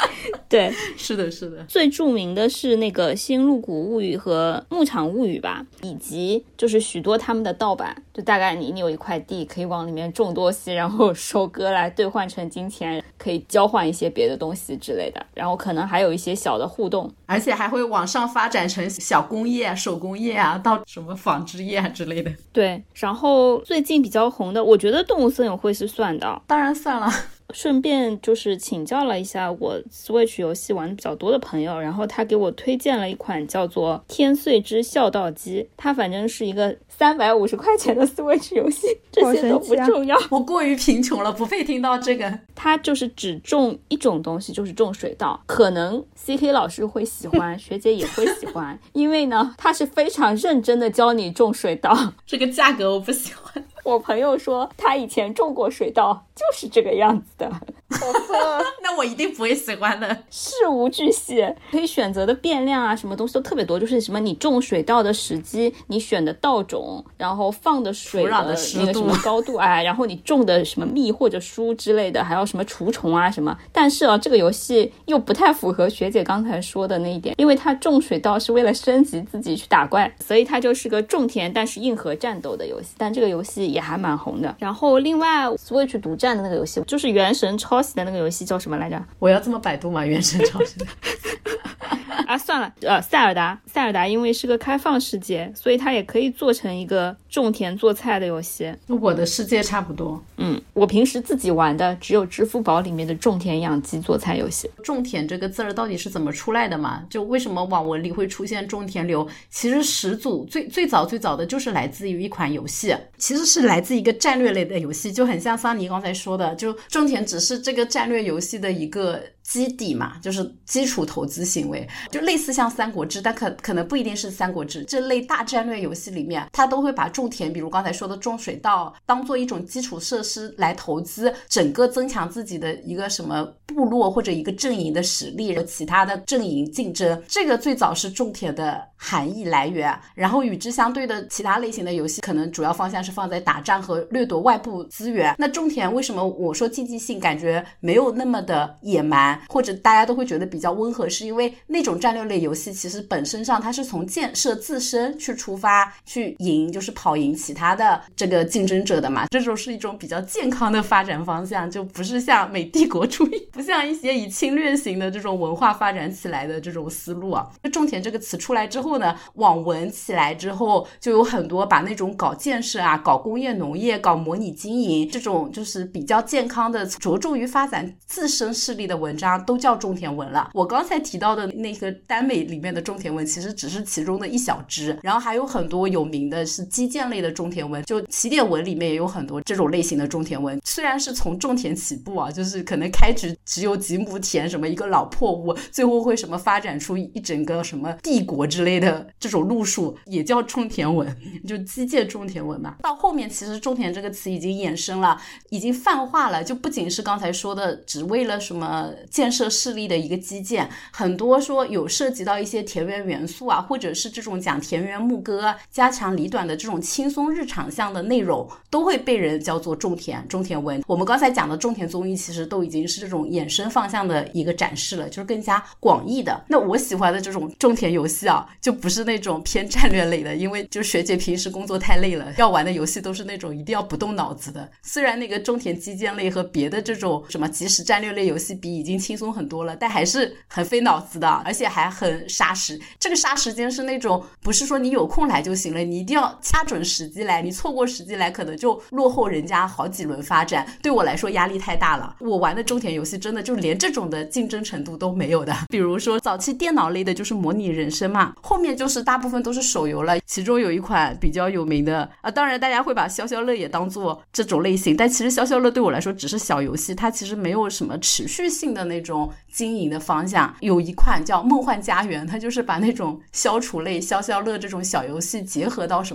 对， 是的是的。 最著名的是那个《新鹿谷物语》和《牧场物语》吧，以及就是许多他们的盗版，就大概你你有一块地可以往里面种多西，然后收割来兑换成金钱，可以交换一些别的东西之类的，然后可能还有一些小的互动， 而且还会往上发展成小工业、手工业啊，到什么纺织业啊之类的。 对，然后最近比较红的，我觉得动物森友会是算的， 当然算了。 顺便就是请教了一下我 Switch 游戏玩的比较多的朋友，然后他给我推荐了一款叫做天穗之孝道机，它反正是一个三百五十块钱的 Switch 游戏，这些都不重要、 啊、我过于贫穷了，不配听到这个。 它就是只种一种东西，就是种水稻，可能 C K 老师会喜欢，学姐也会喜欢，因为呢它是非常认真的教你种水稻。 这个价格我不喜欢。 我朋友说他以前种过水稻，就是这个样子的。 那我一定不会喜欢的。 事无巨细，可以选择的变量啊，什么东西都特别多，就是什么你种水稻的时机，你选的稻种，然后放的水的那个什么高度，哎，然后你种的什么蜜或者蔬之类的，还有什么除虫啊什么。但是啊，这个游戏又不太符合学姐刚才说的那一点，因为它种水稻是为了升级自己去打怪，所以它就是个种田但是硬核战斗的游戏。但这个游戏也还蛮红的。然后另外 Switch 独占的那个游戏就是原神抄袭的那个游戏叫什么来着？ 我要这么百度吗？原神抄袭的啊，算了，呃，塞尔达，塞尔达因为是个开放世界，所以它也可以做成一个种田做菜的游戏。 我的世界差不多。 嗯，我平时自己玩的只有支付宝里面的种田养鸡做菜游戏。 种田这个字儿到底是怎么出来的嘛？就为什么网文里会出现种田流？其实始祖最最早最早的就是来自于一款游戏，其实是来自一个战略类的游戏，就很像桑尼刚才说的，就种田只是这个战略游戏的一个基底嘛，就是基础投资行为，就类似像三国志，但可可能不一定是三国志这类大战略游戏里面，它都会把种田，比如刚才说的种水稻，当做一种基础设施来投资，整个增强自己的一个什么部落或者一个阵营的实力和其他的阵营竞争，这个最早是种田的含义来源。然后与之相对的其他类型的游戏，可能主要方向是放在打仗和掠夺外部资源。那种田为什么我说竞技性感觉没有那么的野蛮，或者大家都会觉得比较温和，是因为那种战略类游戏其实本身上它是从建设自身去出发，去赢，就是跑赢其他的这个竞争者的嘛，这种是一种比较健康的发展方向，就不是像美帝国主义，不像一些以侵略型的这种文化发展起来的这种思路啊。种田这个词出来之后呢，网文起来之后，就有很多把那种搞建设啊、搞工业农业、搞模拟经营这种就是比较健康的着重于发展自身势力的文章都叫种田文了。我刚才提到的那个耽美里面的种田文其实只是其中的一小支，然后还有很多有名的是基建类的种田文，就起点文里面也有很多这种类型的种田文，虽然是从种田起步啊，就是可能开局只有几亩田，什么一个老破屋，最后会什么发展出一整个什么帝国之类的这种路数，也叫种田文，就基建种田文嘛。到后面其实种田这个词已经衍生了，已经泛化了，就不仅是刚才说的只为了什么建设势力的一个基建，很多说有涉及到一些田园元素啊，或者是这种讲田园牧歌、家长里短的这种轻松日常向的内容，都会被人叫做种田种田文。我们刚才讲的种田综艺其实都已经是这种衍生方向的一个展示了，就是更加广义的。那我喜欢的这种种田游戏啊，就不是那种偏战略类的，因为就学姐平时工作太累了，要玩的游戏都是那种一定要不动脑子的。虽然那个种田基建类和别的这种什么即时战略类游戏比已经轻松很多了，但还是很费脑子的，而且还很杀时。这个杀时间是那种不是说你有空来就行了，你一定要掐准时机来，你错过时机来可能就落后人家好几轮发展，对我来说压力太大了。我玩的种田游戏真的就连这种的竞争程度都没有的，比如说早期电脑类的就是模拟人生嘛，后面就是大部分都是手游了，其中有一款比较有名的啊，当然大家会把消消乐也当做这种类型，但其实消消乐对我来说只是小游戏，它其实没有什么持续性的那种经营的方向。有一款叫梦幻家园，它就是把那种消除类消消乐这种小游戏结合到什么家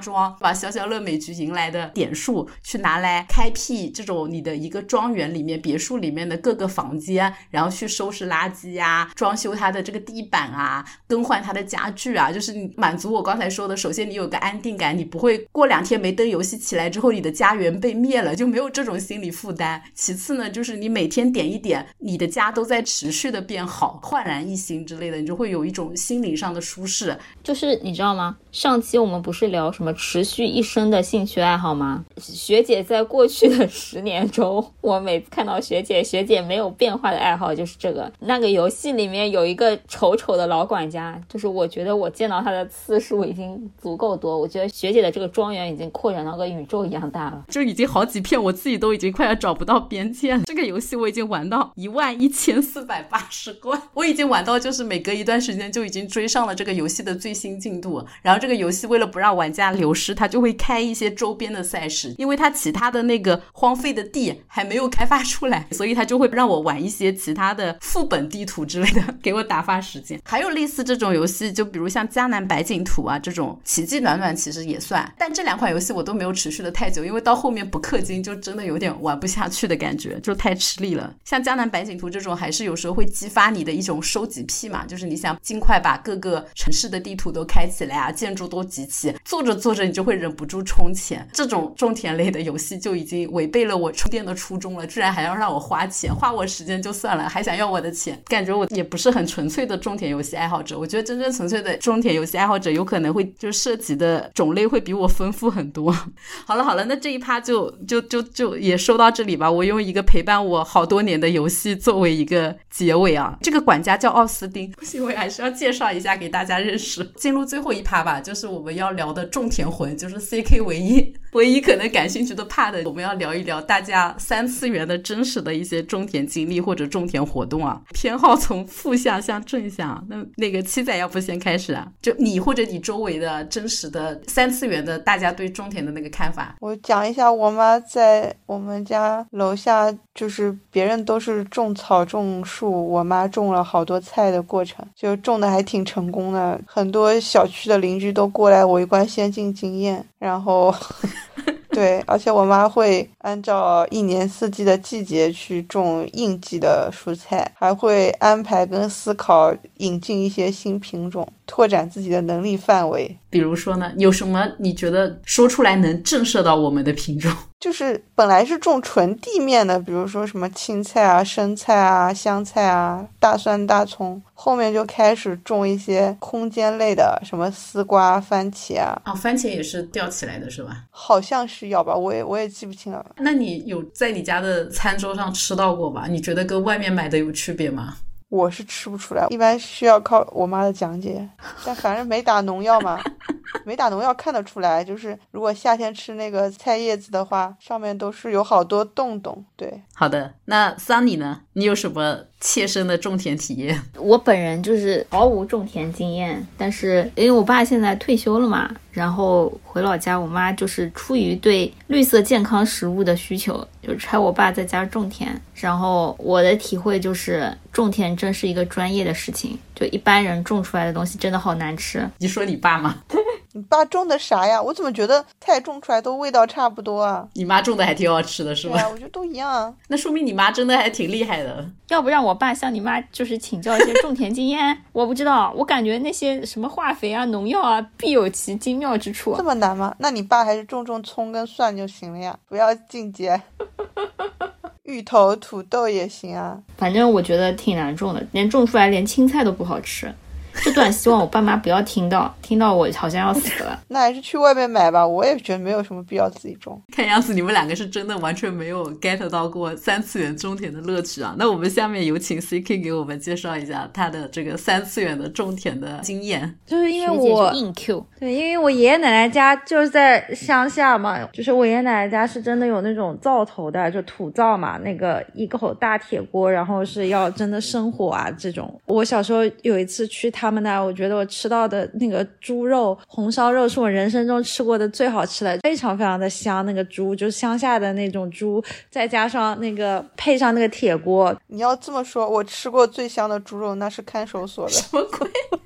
庄，把消消乐美局赢来的点数去拿来开辟这种你的一个庄园里面别墅里面的各个房间，然后去收拾垃圾啊，装修它的这个地板啊，更换它的家具啊，就是你满足我刚才说的，首先你有个安定感，你不会过两天没登游戏起来之后你的家园被灭了，就没有这种心理负担。其次呢，就是你每天点一点，你的家都在持续的变好，焕然一新之类的，你就会有一种心灵上的舒适。 就是你知道吗，上期我们不是聊什么持续一生的兴趣爱好吗？学姐在过去的十年中，我每次看到学姐学姐没有变化的爱好就是这个。那个游戏里面有一个丑丑的老管家，就是我觉得我见到他的次数已经足够多，我觉得学姐的这个庄园已经扩展到跟宇宙一样大了， 就已经好几片我自己都已经快要找不到边界了。这个游戏我已经玩到一万一千四百八十关，我已经玩到就是每隔一段时间就已经追上了这个游戏的最新进度。然后这个游戏为了不让玩家流失，它就会开一些周边的赛事，因为它其他的那个荒废的地还没有开发出来，所以它就会让我玩一些其他的副本地图之类的，给我打发时间。还有类似这种游戏，就比如像江南百景图啊，这种奇迹暖暖其实也算，但这两款游戏我都没有持续的太久，因为到后面不氪金就真的有点玩不下去的感觉，就太吃力了。像江南百景图这种还是有时候会激发你的一种收集癖嘛，就是你想尽快把各个城市的地图都开起来啊，建筑都集齐，做着做着你就会忍不住充钱。这种种田类的游戏就已经违背了我充电的初衷了，居然还要让我花钱，花我时间就算了，还想要我的钱，感觉我也不是很纯粹的种田游戏爱好者。我觉得真正纯粹的种田游戏爱好者有可能会就涉及的种类会比我丰富很多。好了好了，那这一趴就就就就也说到这里吧。我用一个陪伴我好多年的游戏作为一个结尾啊。这个管家叫奥斯汀，不行我还是要介绍一下给大家认识。进入最后一趴吧，就是我们要聊的种田魂，就是 C K 唯一唯一可能感兴趣的怕的，我们要聊一聊大家三次元的真实的一些种田经历或者种田活动啊。偏好从负向向正向，那那个七仔要不先开始啊？就你或者你周围的真实的三次元的大家对种田的那个看法。 我讲一下我妈在我们家楼下，就是别人都是种草种树，我妈种了好多菜的过程，就种的还挺成功的，很多小区的邻居都过来围观先进经验。然后对，而且我妈会按照一年四季的季节去种应季的蔬菜，还会安排跟思考引进一些新品种，拓展自己的能力范围。 比如说呢，有什么你觉得说出来能震慑到我们的品种？ 就是本来是种纯地面的，比如说什么青菜啊、生菜啊、香菜啊、大蒜、大葱，后面就开始种一些空间类的，什么丝瓜、番茄啊。 哦，番茄也是吊起来的是吧？ 好像是要吧，我也我也记不清了。 那你有在你家的餐桌上吃到过吧？你觉得跟外面买的有区别吗？ 我是吃不出来，一般需要靠我妈的讲解，但反正没打农药嘛。没打农药看得出来，就是如果夏天吃那个菜叶子的话，上面都是有好多洞洞。对， 好的，那桑尼呢？你有什么切身的种田体验？ 我本人就是毫无种田经验，但是因为我爸现在退休了嘛，然后回老家，我妈就是出于对绿色健康食物的需求，就拆我爸在家种田。然后我的体会就是种田真是一个专业的事情，就一般人种出来的东西真的好难吃。 你说你爸吗？ 对，你爸种的啥呀？我怎么觉得菜种出来都味道差不多啊？ 你妈种的还挺好吃的是吧？ 对啊，我觉得都一样啊。 那说明你妈真的还挺厉害的。 要不让我爸向你妈就是请教一些种田经验？我不知道，我感觉那些什么化肥啊、农药啊，必有其精妙之处。 这么难吗？那你爸还是种种葱跟蒜就行了呀，不要进阶。芋头、土豆也行啊。 反正我觉得挺难种的，连种出来连青菜都不好吃。这段希望我爸妈不要听到，听到我好像要死了。 那还是去外面买吧，我也觉得没有什么必要自己种。 看样子你们两个是真的完全没有 get 到过三次元种田的乐趣啊！那我们下面有请 C K 给我们介绍一下他的这个三次元的种田的经验。 就是因为我硬 Q， 对，因为我爷爷奶奶家就是在乡下嘛，就是我爷爷奶奶家是真的有那种灶头的，就土灶嘛，那个一口大铁锅，然后是要真的生火啊这种。我小时候有一次去他们那，我觉得我吃到的那个猪肉红烧肉是我人生中吃过的最好吃的，非常非常的香。那个猪就是乡下的那种猪，再加上那个配上那个铁锅。 你要这么说，我吃过最香的猪肉那是看守所的。 什么鬼？ 就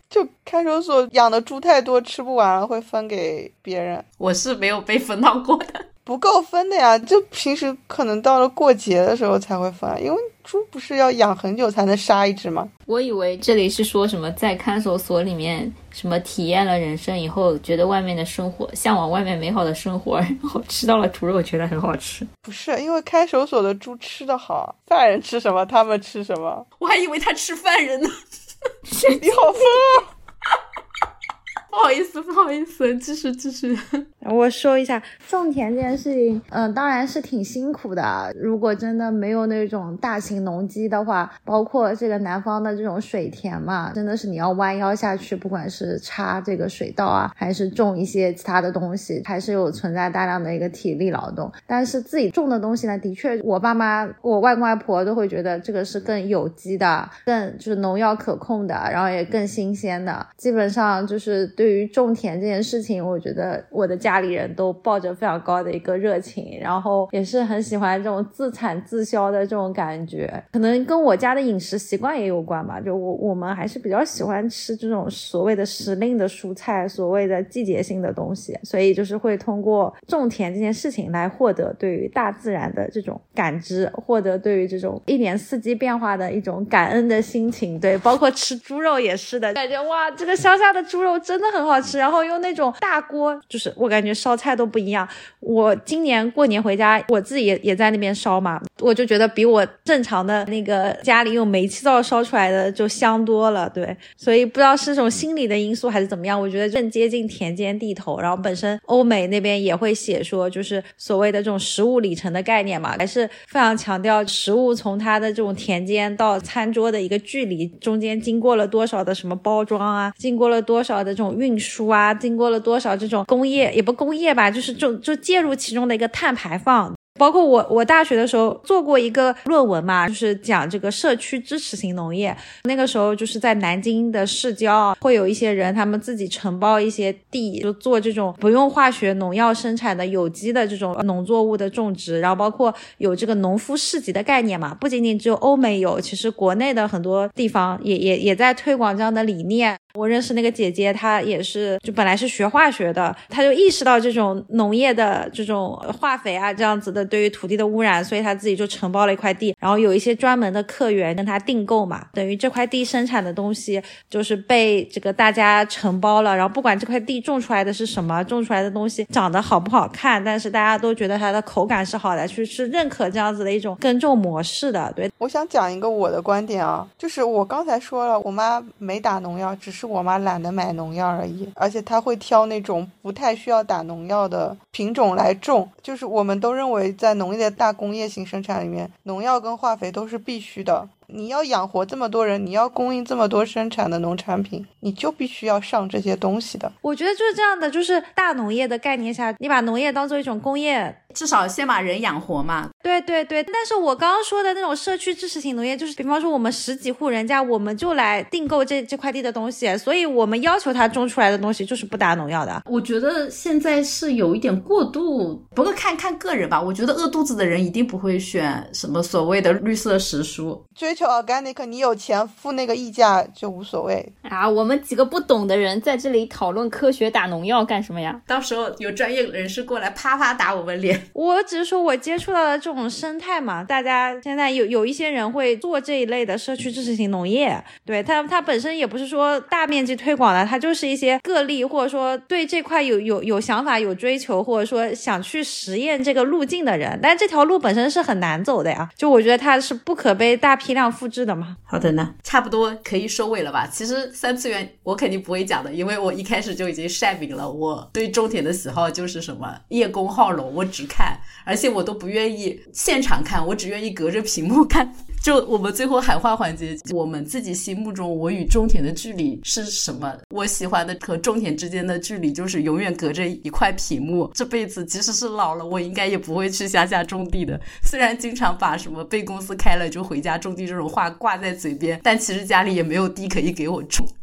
看守所养的猪太多，吃不完了会分给别人。 我是没有被分到过的。 不够分的呀，就平时可能到了过节的时候才会分，因为猪不是要养很久才能杀一只吗？ 我以为这里是说什么在看守所里面什么体验了人生以后觉得外面的生活，向往外面美好的生活，然后吃到了猪肉觉得很好吃。 不是，因为看守所的猪吃得好，犯人吃什么他们吃什么。 我还以为他吃犯人呢。 你好疯啊！ 不好意思不好意思，继续继续。 我说一下种田这件事情，嗯、呃，当然是挺辛苦的。如果真的没有那种大型农机的话，包括这个南方的这种水田嘛，真的是你要弯腰下去，不管是插这个水稻啊，还是种一些其他的东西，还是有存在大量的一个体力劳动。但是自己种的东西呢，的确我爸妈我外公外婆都会觉得这个是更有机的，更就是农药可控的，然后也更新鲜的。基本上就是对于种田这件事情，我觉得我的家里人都抱着非常高的一个热情，然后也是很喜欢这种自产自销的这种感觉。可能跟我家的饮食习惯也有关吧，就我我们还是比较喜欢吃这种所谓的时令的蔬菜，所谓的季节性的东西，所以就是会通过种田这件事情来获得对于大自然的这种感知，获得对于这种一年四季变化的一种感恩的心情。对，包括吃猪肉也是的，感觉哇，这个乡下的猪肉真的很好吃，然后用那种大锅，就是我感觉烧菜都不一样。我今年过年回家，我自己也也在那边烧嘛，我就觉得比我正常的那个家里用煤气灶烧出来的就香多了。对，所以不知道是这种心理的因素还是怎么样，我觉得更接近田间地头。然后本身欧美那边也会写说，就是所谓的这种食物里程的概念嘛，还是非常强调食物从它的这种田间到餐桌的一个距离，中间经过了多少的什么包装啊，经过了多少的这种运输啊，经过了多少这种工业，也不工业吧，就是就就介入其中的一个碳排放。包括我我大学的时候做过一个论文嘛，就是讲这个社区支持型农业。那个时候就是在南京的市郊，会有一些人他们自己承包一些地，就做这种不用化学农药生产的有机的这种农作物的种植，然后包括有这个农夫市集的概念嘛，不仅仅只有欧美有，其实国内的很多地方也也也在推广这样的理念。我认识那个姐姐，她也是就本来是学化学的，她就意识到这种农业的这种化肥啊这样子的对于土地的污染，所以她自己就承包了一块地，然后有一些专门的客源跟她订购嘛，等于这块地生产的东西就是被这个大家承包了，然后不管这块地种出来的是什么，种出来的东西长得好不好看，但是大家都觉得它的口感是好的，去是认可这样子的一种耕种模式的。对， 我想讲一个我的观点啊，就是我刚才说了，我妈没打农药，只是是我妈懒得买农药而已，而且她会挑那种不太需要打农药的品种来种。就是我们都认为在农业的大工业型生产里面，农药跟化肥都是必须的。你要养活这么多人，你要供应这么多生产的农产品，你就必须要上这些东西的。 我觉得就是这样的，就是大农业的概念下，你把农业当做一种工业， 至少先把人养活嘛。 对对对，但是我刚刚说的那种社区支持型农业，就是比方说我们十几户人家，我们就来订购这这块地的东西，所以我们要求他种出来的东西就是不打农药的。 我觉得现在是有一点过度，不过看看个人吧。我觉得饿肚子的人一定不会选什么所谓的绿色食蔬， 追求 organic， 你有钱付那个溢价就无所谓啊。我们几个不懂的人在这里讨论科学打农药干什么呀？ 到时候有专业人士过来啪啪打我们脸。 我只是说我接触到的这种生态嘛，大家现在有有一些人会做这一类的社区支持型农业，对，它它本身也不是说大面积推广的，它就是一些个例，或者说对这块有有有想法有追求，或者说想去实验这个路径的人，但这条路本身是很难走的呀，就我觉得它是不可被大批量复制的嘛。 好的呢，差不多可以收尾了吧。其实三次元我肯定不会讲的，因为我一开始就已经晒明了我对种田的喜好就是什么叶公好龙，我只看，而且我都不愿意现场看，我只愿意隔着屏幕看。就我们最后喊话环节，我们自己心目中我与种田的距离是什么？我喜欢的和种田之间的距离就是永远隔着一块屏幕。这辈子即使是老了，我应该也不会去乡下种地的。虽然经常把什么被公司开了就回家种地这种话挂在嘴边，但其实家里也没有地可以给我种。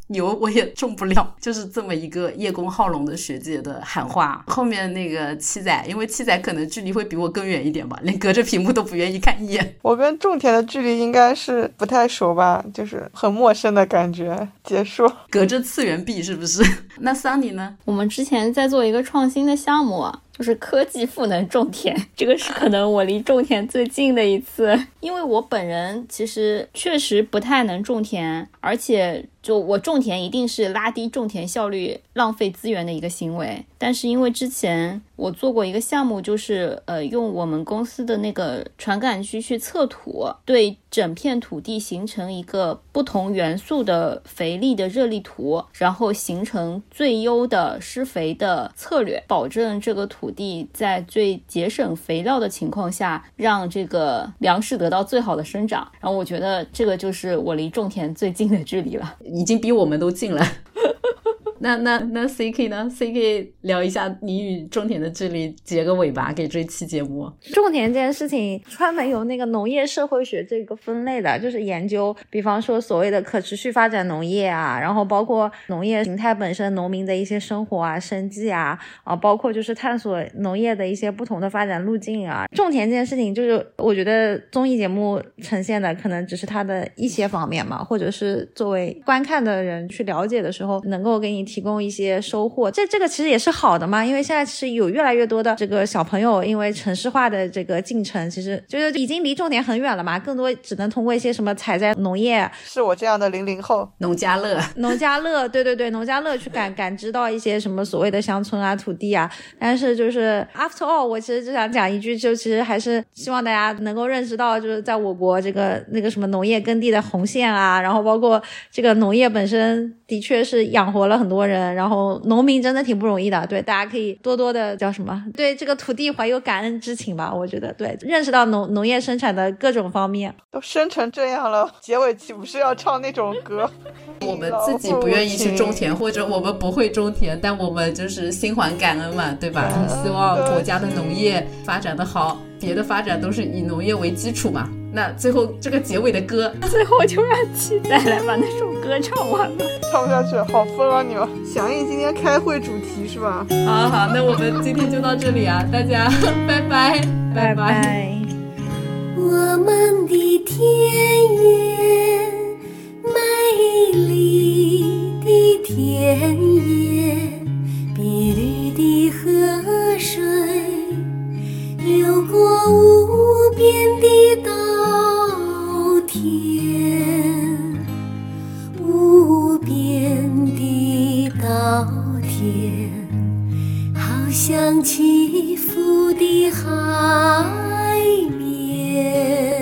牛我也种不了，就是这么一个叶公好龙的学姐的喊话。后面那个七仔，因为七仔可能距离会比我更远一点吧，连隔着屏幕都不愿意看一眼。 我跟种田的距离应该是不太熟吧，就是很陌生的感觉。结束， 隔着次元壁是不是？那桑尼呢？ 我们之前在做一个创新的项目，就是科技赋能种田，这个是可能我离种田最近的一次。因为我本人其实确实不太能种田，而且就我种田一定是拉低种田效率、浪费资源的一个行为。但是因为之前我做过一个项目，就是呃用我们公司的那个传感区去测土，对整片土地形成一个不同元素的肥力的热力图，然后形成最优的施肥的策略，保证这个土地在最节省肥料的情况下，让这个粮食得到最好的生长。然后我觉得这个就是我离种田最近的距离了， 已经比我们都近了。那那那 C K 呢 ？C K 聊一下你与种田的距离，结个尾巴给这期节目。 种田这件事情专门有那个农业社会学这个分类的，就是研究比方说所谓的可持续发展农业啊，然后包括农业形态本身农民的一些生活啊生计啊啊，包括就是探索农业的一些不同的发展路径啊。种田这件事情就是我觉得综艺节目呈现的可能只是它的一些方面嘛，或者是作为观看的人去了解的时候能够给你提供一些收获，这这个其实也是好的嘛，因为现在其实有越来越多的这个小朋友因为城市化的这个进程其实就是已经离重点很远了嘛，更多只能通过一些什么采摘农业， 是我这样的零零后农家乐农家乐对对对农家乐去感感知到一些什么所谓的乡村啊土地啊。但是就是 after all 我其实只想讲一句，就其实还是希望大家能够认识到，就是在我国这个那个什么农业耕地的红线啊，然后包括这个农业本身的确是养活了很多人，然后农民真的挺不容易的，对，大家可以多多的叫什么对这个土地怀有感恩之情吧，我觉得对，认识到农农业生产的各种方面。 都生成这样了，结尾岂不是要唱那种歌？ 我们自己不愿意去种田，或者我们不会种田，但我们就是心怀感恩嘛，对吧？希望国家的农业发展的好，别的发展都是以农业为基础嘛。那最后这个结尾的歌， 最后就让七仔来把那首歌唱完了。 唱不下去，好疯啊你们！响应今天开会主题是吧？ 好好好，那我们今天就到这里啊，大家拜拜拜拜。 我们的田野，美丽的田野，碧绿的河水流过无边的稻田，无边的稻田好像起伏的海面。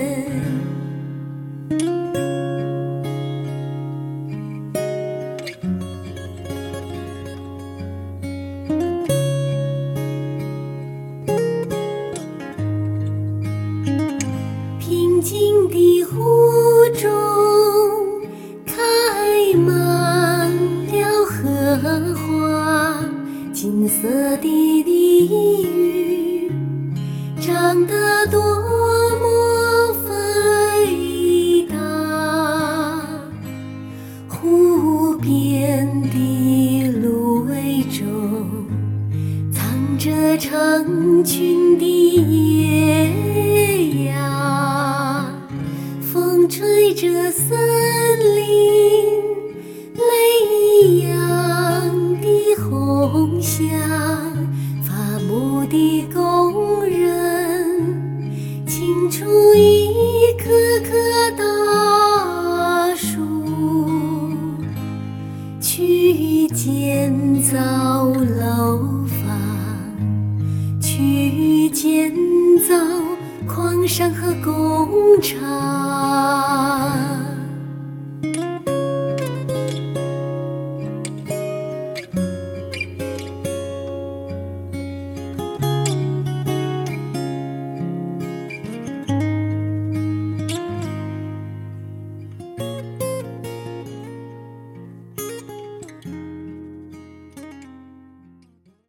平静的湖中开满了荷花，金色的鲤鱼长得多么肥大，湖边的芦苇中藏着成群的野鸭，风吹着森林雷一样的红霞，伐木的工